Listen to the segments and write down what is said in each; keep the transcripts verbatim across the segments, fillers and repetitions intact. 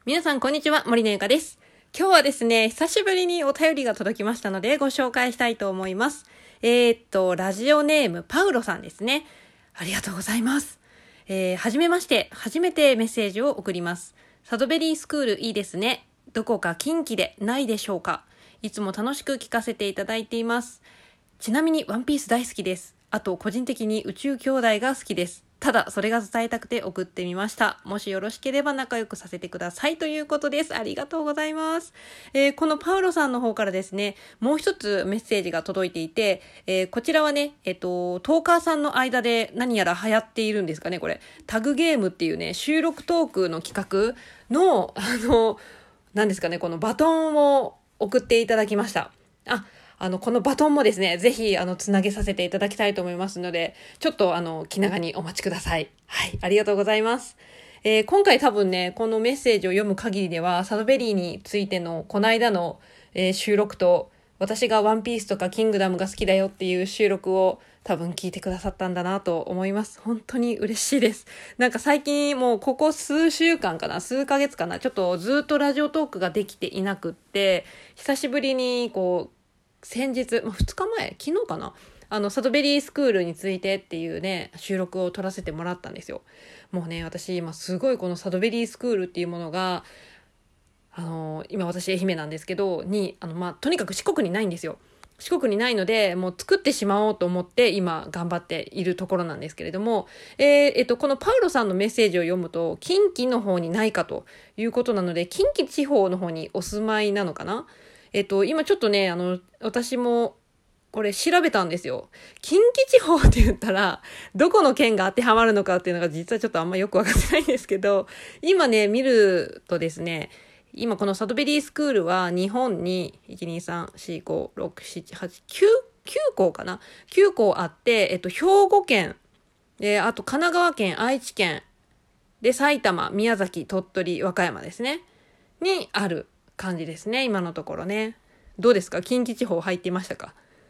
皆さんこんにちは、森のゆかです。今日はですね、久しぶりにお便りが届きましたのでご紹介したいと思います。えー、っと、ラジオネームパウロさんですね。ありがとうございます。えー、はじめまして、初めてメッセージを送ります。サドベリースクールいいですね。どこか近畿でないでしょうか。いつも楽しく聞かせていただいています。ちなみにワンピース大好きです。あと個人的に宇宙兄弟が好きです。ただそれが伝えたくて送ってみました。もしよろしければ仲良くさせてくださいということです。ありがとうございます。えー、このパウロさんの方からですね、もう一つメッセージが届いていて、えー、こちらはね、えっと、トーカーさんの間で何やら流行っているんですかね、これ。タグゲームっていうね、収録トークの企画の、あの、何ですかね、このバトンを送っていただきました。あ、あの、このバトンもですね、ぜひ、あの、つなげさせていただきたいと思いますので、ちょっと、あの、気長にお待ちください。はい、ありがとうございます。えー、今回多分ね、このメッセージを読む限りでは、サドベリーについての、この間の、えー、収録と、私がワンピースとかキングダムが好きだよっていう収録を多分聞いてくださったんだなと思います。本当に嬉しいです。なんか最近もうここ数週間かな、数ヶ月かな、ちょっとずっとラジオトークができていなくって、久しぶりにこう、先日、まあ、ふつかまえ、昨日かな、あのサドベリースクールについてっていうね収録を撮らせてもらったんですよ。もうね、私今すごいこのサドベリースクールっていうものが、あの今私愛媛なんですけどにあの、まあ、とにかく四国にないんですよ。四国にないのでもう作ってしまおうと思って今頑張っているところなんですけれども、えーえっと、このパウロさんのメッセージを読むと近畿の方にないかということなので、近畿地方の方にお住まいなのかな。えっと、今ちょっとね、あの、私もこれ調べたんですよ。近畿地方って言ったら、どこの県が当てはまるのかっていうのが実はちょっとあんまよくわかってないんですけど、今ね、見るとですね、今このサドベリースクールは日本にいち、に、さん、よん、ご、ろく、なな、はち、きゅう、きゅう校かな ?きゅう 校あって、えっと、兵庫県、で、あと神奈川県、愛知県、で、埼玉、宮崎、鳥取、和歌山ですね。にある感じですね、今のところね。どうですか？近畿地方入っていましたか？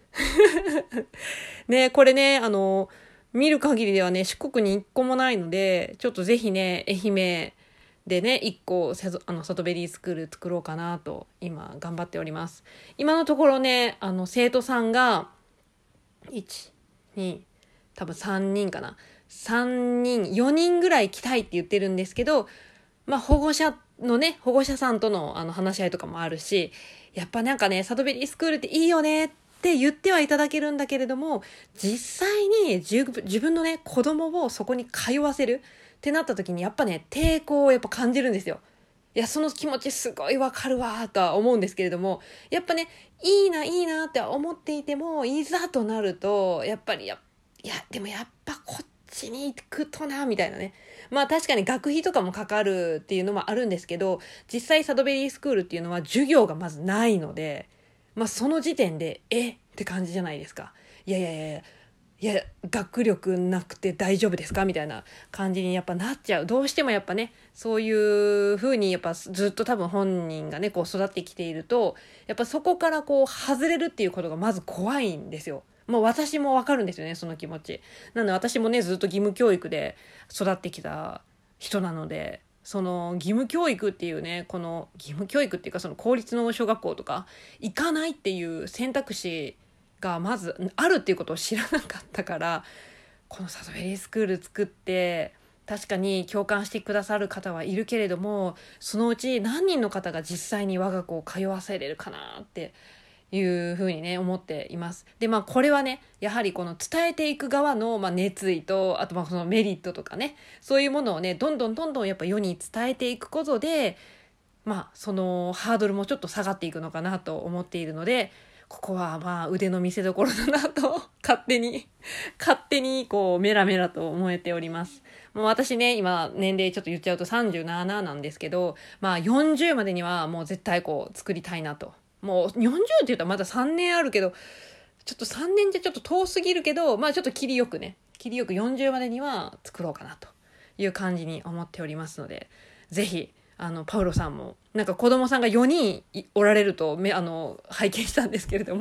ね、これね、あの、見る限りではね、四国に一個もないので、ちょっとぜひね、愛媛でね、一個、あの、サトベリースクール作ろうかなと、今、頑張っております。今のところね、あの、生徒さんが、いち、に、多分さんにんかな。さんにん、よにんぐらい来たいって言ってるんですけど、まあ、保護者のね、保護者さんとのあの話し合いとかもあるし、やっぱなんかね、サドベリースクールっていいよねって言ってはいただけるんだけれども、実際に自分のね、子供をそこに通わせるってなった時にやっぱね、抵抗をやっぱ感じるんですよ。いや、その気持ちすごいわかるわとは思うんですけれども、やっぱね、いいないいなって思っていても、いざとなると、やっぱりや、いや、でもやっぱこっちに行くとな、みたいなね。まあ確かに学費とかもかかるっていうのもあるんですけど、実際サドベリースクールっていうのは授業がまずないので、まあその時点で、えって感じじゃないですか。いやいやいやいや、いや学力なくて大丈夫ですかみたいな感じにやっぱなっちゃう。どうしてもやっぱね、そういう風にやっぱずっと多分本人がねこう育ってきていると、やっぱそこからこう外れるっていうことがまず怖いんですよ。もう私もわかるんですよね、その気持ち。なので私もねずっと義務教育で育ってきた人なので、その義務教育っていうね、この義務教育っていうかその公立の小学校とか行かないっていう選択肢がまずあるっていうことを知らなかったから、このサドベリースクール作って確かに共感してくださる方はいるけれども、そのうち何人の方が実際に我が子を通わせれるかなっていうふうにね思っています。でまあこれはねやはりこの伝えていく側の、まあ、熱意と、あとまあそのメリットとかね、そういうものをねどんどんどんどんやっぱ世に伝えていくことで、まあそのハードルもちょっと下がっていくのかなと思っているので、ここはまあ腕の見せ所だなと勝手に勝手にこうメラメラと思えております。もう私ね今年齢ちょっと言っちゃうとさんじゅうなななんですけど、まあよんじゅうまでにはもう絶対こう作りたいなと。もうよんじゅうって言ったらまださんねんあるけど、ちょっとさんねんじゃちょっと遠すぎるけど、まあちょっと切りよくね切りよくよんじゅうまでには作ろうかなという感じに思っておりますので、ぜひあのパウロさんもなんか子供さんがよにんおられるとめあの拝見したんですけれども、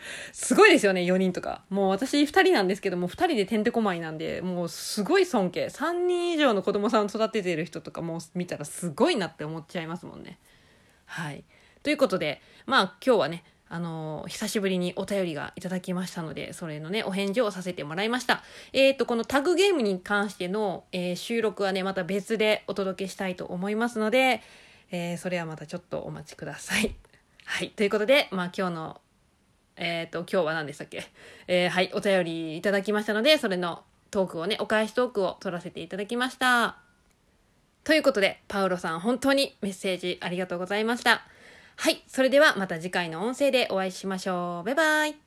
すごいですよね、よにんとか。もう私ふたりなんですけども、ふたりでてんてこまいなんで、もうすごい尊敬。さんにん以上の子供さん育ててる人とかも見たらすごいなって思っちゃいますもんね。はい。ということで、まあ今日はね、あのー久しぶりにお便りがいただきましたので、それのね、お返事をさせてもらいました。えっと、このタグゲームに関しての、えー収録はね、また別でお届けしたいと思いますので、えーそれはまたちょっとお待ちください。はい。ということで、まあ今日の、えっと、今日は何でしたっけ、えーはい、お便りいただきましたので、それのトークをね、お返しトークを取らせていただきました。ということで、パウロさん本当にメッセージありがとうございました。はい、それではまた次回の音声でお会いしましょう。バイバイ。